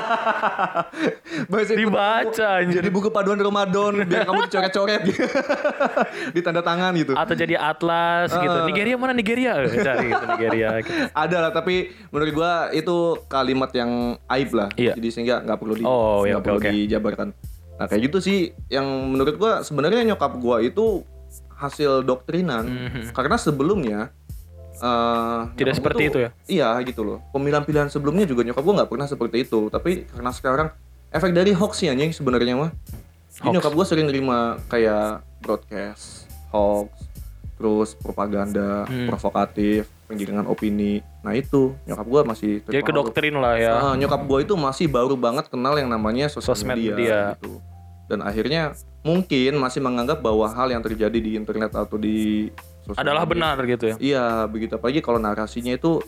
Dibaca jadi buku paduan Ramadan biar kamu dicoret-coret gitu. Ditanda tangan gitu. Atau jadi atlas gitu. Nigeria mana Nigeria? Cari gitu Nigeria gitu. Ada lah, tapi menurut gua itu kalimat yang aib lah. Iya. Jadi sehingga enggak perlu dijabarkan. Nah, kayak gitu sih yang menurut gua sebenarnya nyokap gua itu hasil doktrinan. Karena sebelumnya tidak seperti itu ya? Iya gitu loh. Pemilihan-pilihan sebelumnya juga nyokap gue gak pernah seperti itu. Tapi karena sekarang efek dari hoax ya anjing sebenarnya mah. Jadi nyokap gue sering nerima kayak broadcast, hoax, terus propaganda, provokatif, penggiringan opini. Nah itu nyokap gue masih terpengaruh. Jadi kedoktrin lah ya. Nyokap gue itu masih baru banget kenal yang namanya sosial media gitu. Dan akhirnya mungkin masih menganggap bahwa hal yang terjadi di internet atau di sosial adalah media, benar gitu ya. Iya, begitu, apalagi kalau narasinya itu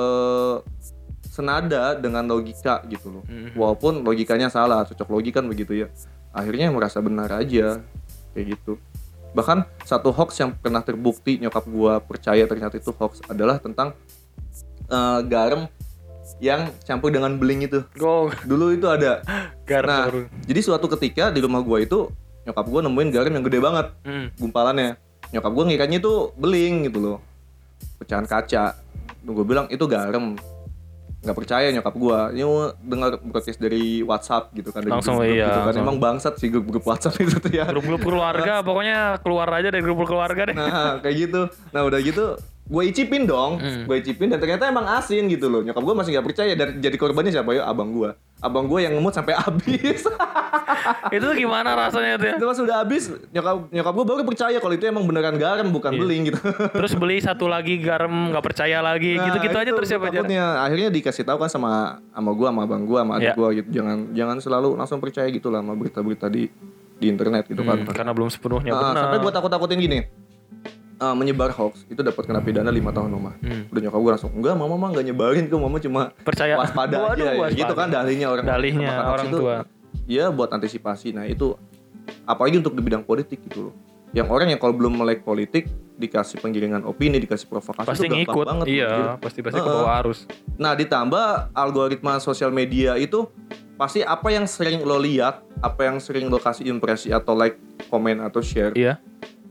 senada dengan logika gitu loh. Walaupun logikanya salah, cocok logi kan begitu ya. Akhirnya merasa benar aja kayak gitu. Bahkan satu hoax yang pernah terbukti nyokap gua percaya ternyata itu hoax adalah tentang garam yang campur dengan beling itu. Dulu itu ada. Nah, jadi suatu ketika di rumah gua itu nyokap gua nemuin garam yang gede banget, gumpalannya. Nyokap gua ngiranya itu beling gitu loh, pecahan kaca. Gua bilang itu garam. Nggak percaya nyokap gua. Ini dengar broadcast dari WhatsApp gitu kan. Langsung iya. Gitu kan. Emang bangsat sih grup WhatsApp itu tuh ya. Grup keluarga, pokoknya keluar aja dari grup keluarga deh. Nah kayak gitu. Nah udah gitu gue icipin dong. Gue icipin dan ternyata emang asin gitu loh. Nyokap gue masih nggak percaya dan jadi korbannya siapa ya? Abang gue. abang gue yang ngemut sampai habis. Itu gimana rasanya tuh ya? Itu pas udah habis, nyokap gue baru percaya kalau itu emang beneran garam bukan beling gitu. Terus beli satu lagi garam, nggak percaya lagi, gitu-gitu aja terus ya Pak. Akhirnya dikasih tahu kan sama gue, sama abang gue, sama adik gue gitu. Jangan selalu langsung percaya gitu lah sama berita-berita di internet gitu kan. Karena belum sepenuhnya benar. Sampai gue takut-takutin gini. Menyebar hoax itu dapat kena pidana 5 tahun mama. Udah nyokap gue langsung enggak, mama nggak nyebarin kok, mama cuma percaya waspada aja ya. Gitu kan dalihnya orang tua. Ya buat antisipasi. Nah itu apalagi untuk di bidang politik gitu loh. Yang orang yang kalau belum melek politik dikasih penggiringan opini, dikasih provokasi pasti itu gampang ngikut. banget. Iya, pasti ke bawah arus. Nah ditambah algoritma sosial media itu pasti apa yang sering lo lihat, apa yang sering lo kasih impresi atau like, komen atau share. Iya.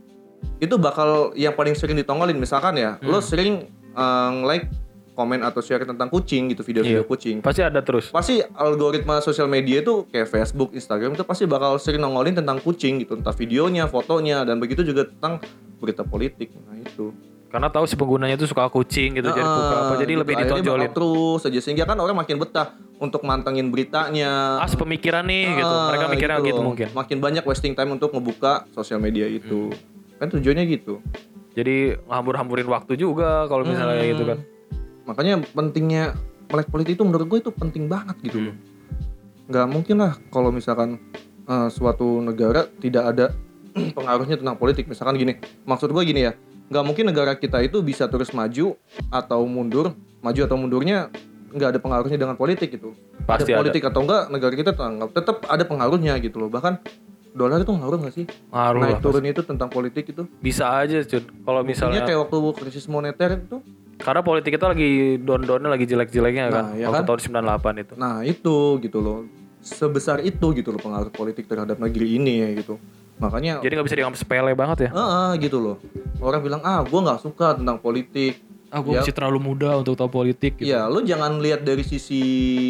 Itu bakal yang paling sering ditongolin. Misalkan ya, lo sering like, komen atau share tentang kucing gitu, video-video kucing. Pasti ada terus. Pasti algoritma sosial media itu kayak Facebook, Instagram itu pasti bakal sering nongolin tentang kucing gitu, entah videonya, fotonya, dan begitu juga tentang berita politik. Nah itu. Karena tahu si penggunanya itu suka kucing gitu, jadi lebih ditonjolin. Terus aja sehingga kan orang makin betah untuk mantengin beritanya. Pemikiran nih gitu. Mereka mikirnya gitu mungkin. Makin banyak wasting time untuk ngebuka sosial media itu. Kan tujuannya gitu. Jadi hambur-hamburin waktu juga kalau misalnya gitu kan. Makanya pentingnya melek politik itu menurut gue itu penting banget gitu loh. Nggak mungkin lah kalau misalkan suatu negara tidak ada pengaruhnya tentang politik. Misalkan gini, maksud gue gini ya, nggak mungkin negara kita itu bisa terus maju atau mundurnya nggak ada pengaruhnya dengan politik gitu. Pasti ada politik atau enggak, negara kita tetap ada pengaruhnya gitu loh. Bahkan dolar itu ngaruh nggak sih? Ngaruh naik lah, turun itu tentang politik itu. Bisa aja Cun. Kalau misalnya kayak waktu krisis moneter itu. Karena politik kita lagi down-downnya, lagi jelek-jeleknya kan. Ya waktu kan? tahun 98 itu. Nah itu gitu loh. Sebesar itu gitu loh pengaruh politik terhadap negeri ini ya gitu. Makanya. Jadi nggak bisa dianggap sepele banget ya? Gitu loh. Orang bilang gue nggak suka tentang politik. Gue masih terlalu muda untuk tahu politik. Gitu. Ya lo jangan lihat dari sisi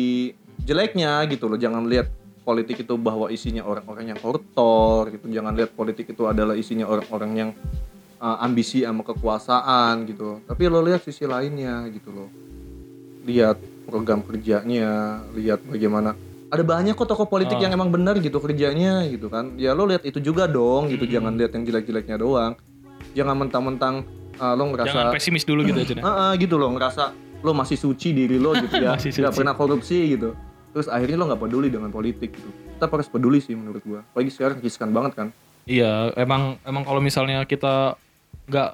jeleknya gitu loh. Jangan lihat politik itu bahwa isinya orang-orang yang koruptor gitu. Jangan lihat politik itu adalah isinya orang-orang yang ambisi sama kekuasaan gitu. Tapi lo lihat sisi lainnya gitu loh. Lihat program kerjanya, lihat bagaimana. Ada banyak kok tokoh politik yang emang benar gitu kerjanya gitu kan. Ya lo lihat itu juga dong gitu. Jangan lihat yang jelek-jeleknya doang. Jangan mentang-mentang lo ngerasa. Jangan pesimis dulu gitu aja. Gitu loh, ngerasa lo masih suci diri lo gitu ya. Gak pernah korupsi gitu. Terus akhirnya lo gak peduli dengan politik gitu. Kita harus peduli sih menurut gua. Apalagi sekarang riskan banget kan. Iya, emang kalau misalnya kita nggak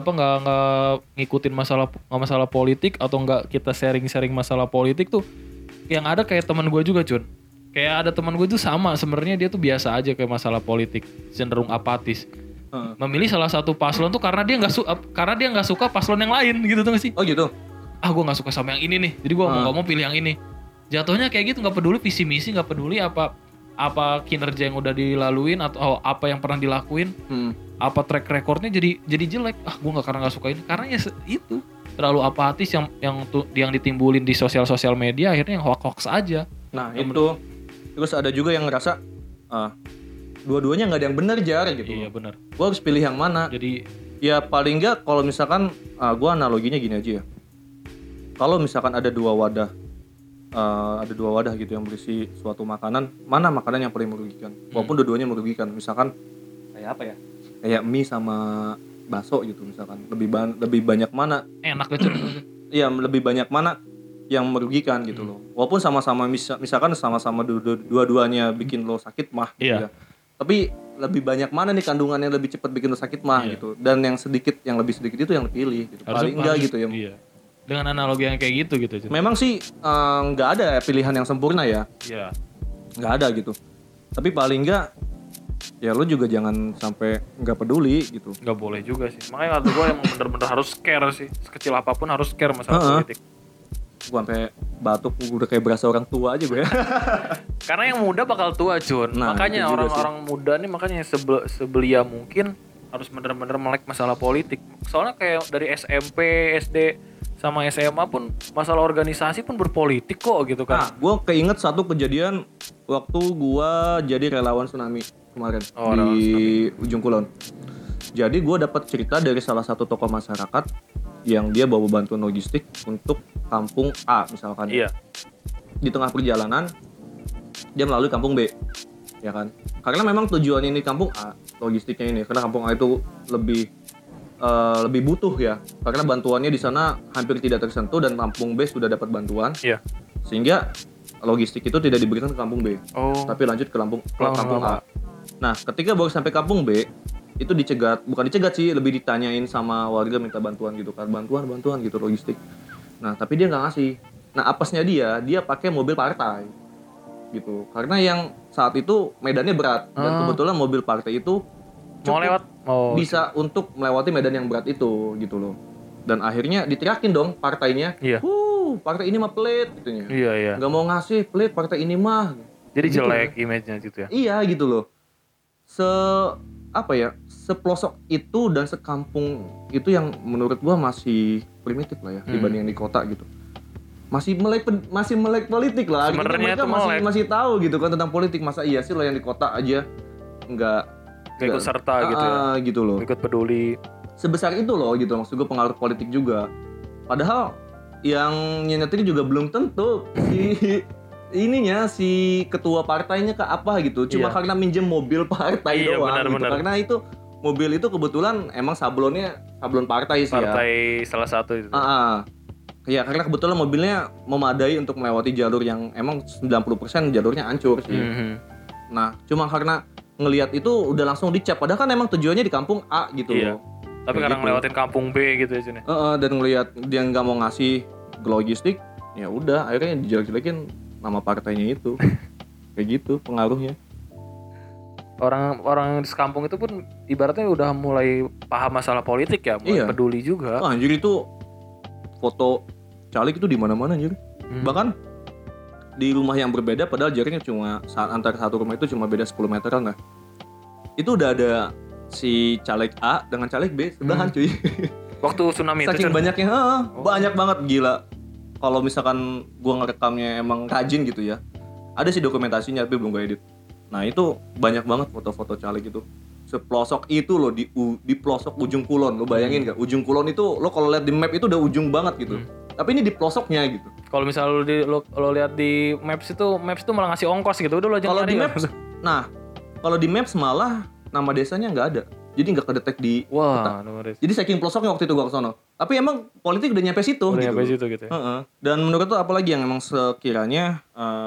ngikutin masalah politik atau nggak kita sharing masalah politik tuh, yang ada kayak teman gue juga Cun. Kayak ada teman gue tuh sama, sebenarnya dia tuh biasa aja kayak masalah politik, cenderung apatis. Memilih salah satu paslon tuh karena dia nggak suka paslon yang lain gitu tuh nggak sih? Oh gitu. Gue nggak suka sama yang ini nih, jadi gue nggak mau pilih yang ini. Jatuhnya kayak gitu, nggak peduli visi misi, nggak peduli apa kinerja yang udah dilaluin atau apa yang pernah dilakuin, apa track recordnya jadi jelek. Gue karena nggak suka ini, karena ya itu terlalu apatis yang ditimbulin di sosial media, akhirnya yang hoax aja. Nah itu terus ada juga yang ngerasa dua-duanya nggak ada yang benar jar gitu. Iya benar. Gue harus pilih yang mana? Jadi ya paling nggak kalau misalkan gue analoginya gini aja ya. Kalau misalkan ada dua wadah gitu yang berisi suatu makanan, mana makanan yang paling merugikan? Walaupun dua-duanya merugikan. Misalkan kayak apa ya? Kayak mie sama bakso gitu misalkan. Lebih banyak mana? Enak gitu. Iya, lebih banyak mana yang merugikan gitu loh. Walaupun sama-sama misalkan sama-sama dua-duanya bikin lo sakit mah gitu ya. Tapi lebih banyak mana nih kandungan yang lebih cepat bikin lo sakit mah gitu. Dan yang lebih sedikit itu yang dipilih gitu. Paling enggak gitu ya. Iya. Dengan analogi yang kayak gitu. Memang sih nggak ada pilihan yang sempurna ya. Iya. Nggak ada gitu. Tapi paling nggak ya lo juga jangan sampai nggak peduli gitu. Nggak boleh juga sih. Makanya kata gue emang bener-bener harus care sih. Sekecil apapun harus care masalah politik. Gue sampai batuk, udah kayak berasa orang tua aja gue. Karena yang muda bakal tua Cun. Makanya orang-orang muda nih makanya sebelia mungkin harus bener-bener melek masalah politik. Soalnya kayak dari SMP, SD sama SMA pun masalah organisasi pun berpolitik kok gitu kan. Gue keinget satu kejadian waktu gue jadi relawan tsunami kemarin di Ujung Kulon. Jadi gue dapat cerita dari salah satu tokoh masyarakat yang dia bawa bantuan logistik untuk kampung A misalkan. Iya. Di tengah perjalanan dia melalui kampung B, ya kan? Karena memang tujuannya ini kampung A, logistiknya ini, karena kampung A itu lebih butuh ya, karena bantuannya di sana hampir tidak tersentuh dan kampung B sudah dapat bantuan, sehingga logistik itu tidak diberikan ke kampung B, tapi lanjut ke kampung A. Nah, ketika baru sampai kampung B, itu bukan dicegat sih, lebih ditanyain sama warga minta bantuan gitu kan, bantuan gitu logistik. Nah, tapi dia nggak ngasih. Nah, apesnya dia pakai mobil partai gitu, karena yang saat itu medannya berat dan kebetulan mobil partai itu cukup bisa untuk melewati medan yang berat itu gitu loh. Dan akhirnya diteriakin dong partainya, partai ini mah pelit gitunya. Nggak mau ngasih, pelit partai ini mah. Jadi gitu jelek image-nya gitu ya. Iya gitu loh. Sepelosok itu dan sekampung itu yang menurut gua masih primitif lah ya dibanding yang di kota gitu. Masih melek politik lah. Sebenarnya mereka masih tahu gitu kan tentang politik. Masa iya sih lo yang di kota aja nggak ikut serta gitu ya. Gitu loh. Ikut peduli. Sebesar itu loh gitu, maksud gua pengaruh politik juga. Padahal yang nyetir juga belum tentu si ketua partainya ke apa gitu, cuma karena minjem mobil partai doang gitu. Karena itu mobil itu kebetulan emang sablon partai sih partai salah satu itu. Ya karena kebetulan mobilnya memadai untuk melewati jalur yang emang 90% jalurnya hancur sih. Nah cuma karena ngelihat itu udah langsung dicap, padahal kan emang tujuannya di kampung A gitu loh. Tapi karena ngelewatin kampung B gitu ya Jun. Dan ngelihat dia nggak mau ngasih logistik, ya udah akhirnya dijelek-jelekin nama partainya itu. Kayak gitu pengaruhnya. Orang di sekampung itu pun ibaratnya udah mulai paham masalah politik ya, mulai peduli juga. Anjir itu foto caleg itu di mana-mana anjir. Bahkan di rumah yang berbeda padahal jaraknya cuma antara satu rumah itu cuma beda 10 meteran lah. Itu udah ada si caleg A dengan caleg B sebelahan cuy. Waktu tsunami saking itu banyaknya, banyak banget gila. Kalau misalkan gua ngerekamnya emang rajin gitu ya, ada sih dokumentasinya tapi belum gue edit. Nah itu banyak banget foto-foto caleg itu. Sepelosok itu loh di pelosok ujung kulon, lo bayangin gak? Ujung kulon itu lo kalau lihat di map itu udah ujung banget gitu. Tapi ini di pelosoknya gitu. Kalau misalnya lo lihat di maps itu malah ngasih ongkos gitu, udah lo jangan. Kalau di maps, kalau di maps malah nama desanya nggak ada. Jadi nggak kedetek di peta. Jadi saking pelosoknya waktu itu gua kesono. Tapi emang politik udah nyampe situ gitu. Ya. Dan menurut tuh apalagi yang emang sekiranya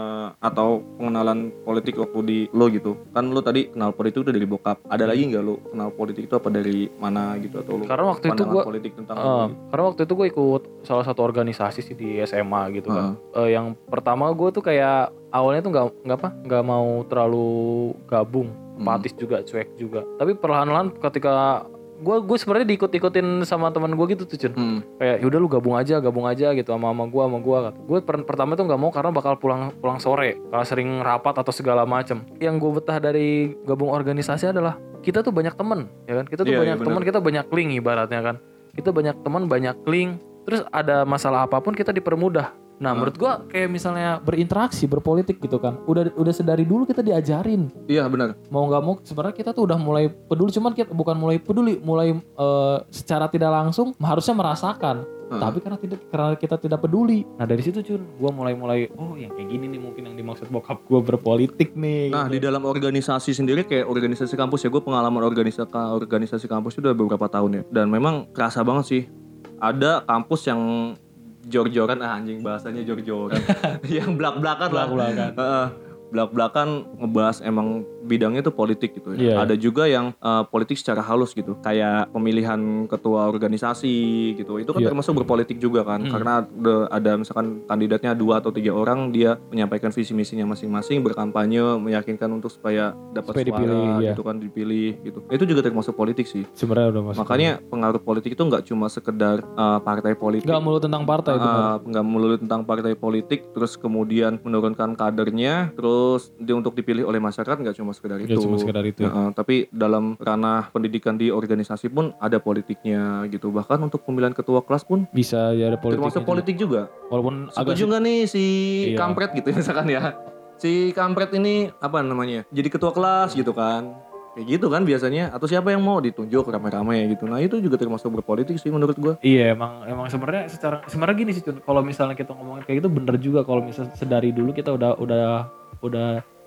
atau pengenalan politik waktu di lo gitu. Kan lo tadi kenal politik itu dari bokap. Ada lagi nggak lo kenal politik itu apa dari mana gitu atau lo? Karena waktu itu gua politik tentang karena waktu itu gue ikut salah satu organisasi sih di SMA gitu kan. Yang pertama gue tuh kayak awalnya tuh nggak mau terlalu gabung. Apatis juga, cuek juga. Tapi perlahan-lahan ketika gue sebenarnya diikut-ikutin sama teman gue gitu tuh Cun. Kayak yaudah lu gabung aja gitu sama gue kata. Gue pertama tuh nggak mau karena bakal pulang sore, karena sering rapat atau segala macam. Yang gue betah dari gabung organisasi adalah kita tuh banyak teman, ya kan? Kita tuh banyak teman, kita banyak link ibaratnya kan. Kita banyak teman, banyak link. Terus ada masalah apapun kita dipermudah. Nah menurut gua kayak misalnya berinteraksi, berpolitik gitu kan, udah sedari dulu kita diajarin. Iya benar. Mau nggak mau sebenarnya kita tuh udah mulai peduli, cuman kita bukan mulai peduli, mulai secara tidak langsung harusnya merasakan. Tapi karena kita tidak peduli. Nah dari situ Cun, gua mulai oh yang kayak gini nih mungkin yang dimaksud bokap gua berpolitik nih. Nah gitu. Di dalam organisasi sendiri kayak organisasi kampus ya, gua pengalaman organisasi kampus itu udah beberapa tahun ya, dan memang kerasa banget sih. Ada kampus yang jor-joran, anjing bahasanya jor-joran. Yang belak-belakan lah. Belak-belakan ngebahas emang bidangnya tuh politik gitu ya. Ada juga yang politik secara halus gitu. Kayak pemilihan ketua organisasi gitu. Itu kan termasuk berpolitik juga kan. Karena ada misalkan kandidatnya 2 atau 3 orang, dia menyampaikan visi misinya masing-masing, berkampanye, meyakinkan untuk supaya dapat suara dipilih, gitu kan, dipilih gitu. Itu juga termasuk politik sih. Sebenarnya udah masuk. Makanya pengaruh politik itu nggak cuma sekedar partai politik. Nggak melulu tentang partai itu. Nggak melulu tentang partai politik, terus kemudian menurunkan kadernya, terus dia untuk dipilih oleh masyarakat nggak cuma sekedar itu. Tapi dalam ranah pendidikan di organisasi pun ada politiknya gitu. Bahkan untuk pemilihan ketua kelas pun bisa ya ada politiknya. Termasuk politik juga. Walaupun setuju nggak nih si kampret gitu misalkan ya. Si kampret ini apa namanya? Jadi ketua kelas gitu kan. Kayak gitu kan biasanya. Atau siapa yang mau ditunjuk rame-rame gitu. Nah itu juga termasuk berpolitik sih menurut gue. Iya emang sebenarnya sebenarnya gini sih Cun. Kalau misalnya kita ngomongin kayak gitu bener juga. Kalau misalnya sedari dulu kita udah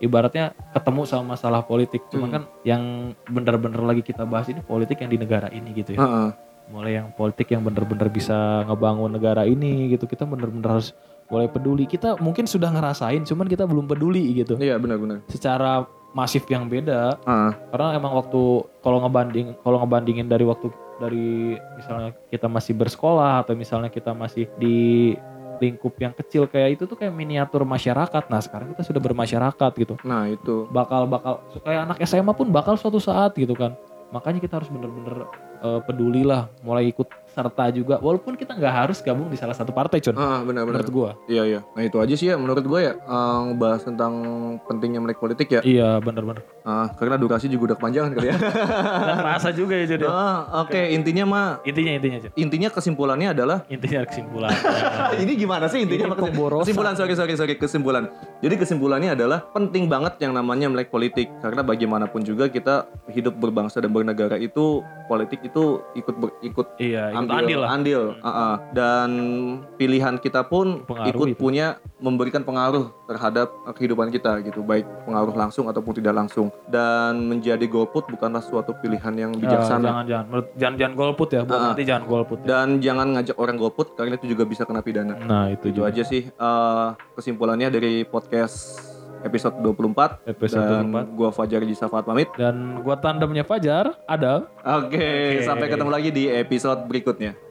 ibaratnya ketemu sama masalah politik. Cuman kan yang bener-bener lagi kita bahas ini politik yang di negara ini gitu ya. Mulai yang politik yang bener-bener bisa ngebangun negara ini gitu. Kita bener-bener harus mulai peduli. Kita mungkin sudah ngerasain, cuman kita belum peduli gitu. Iya benar-benar. Secara masif yang beda. Karena emang waktu kalau ngebandingin dari misalnya kita masih bersekolah atau misalnya kita masih di lingkup yang kecil kayak itu tuh kayak miniatur masyarakat. Nah sekarang kita sudah bermasyarakat gitu. Nah itu. Bakal kayak anak SMA pun bakal suatu saat gitu kan. Makanya kita harus bener-bener peduli lah, mulai ikut serta juga. Walaupun kita nggak harus gabung di salah satu partai, Con. Benar-benar. Menurut gua. Iya. Nah itu aja sih ya menurut gua ya, ngebahas tentang pentingnya melek politik ya. Iya, benar-benar. Karena durasi juga udah kepanjangan kali ya. Dan rasa juga ya jadi. Oke, intinya mah. Intinya Kesimpulannya adalah. kesimpulan. Ini gimana sih intinya? Kesimpulan, sorry, kesimpulan. Jadi kesimpulannya adalah penting banget yang namanya melek politik. Karena bagaimanapun juga kita hidup berbangsa dan bernegara itu, politik itu ikut andil. Dan pilihan kita pun ikut punya memberikan pengaruh terhadap kehidupan kita gitu, baik pengaruh langsung ataupun tidak langsung. Dan menjadi golput bukanlah suatu pilihan yang bijaksana. Jangan golput ya, nanti jangan golput. Dan jangan ngajak orang golput karena itu juga bisa kena pidana. Nah itu aja sih kesimpulannya dari podcast episode 24. Gua Fajar Jisafat pamit. Dan gua tandemnya Fajar, Adam. Oke, sampai ketemu lagi di episode berikutnya.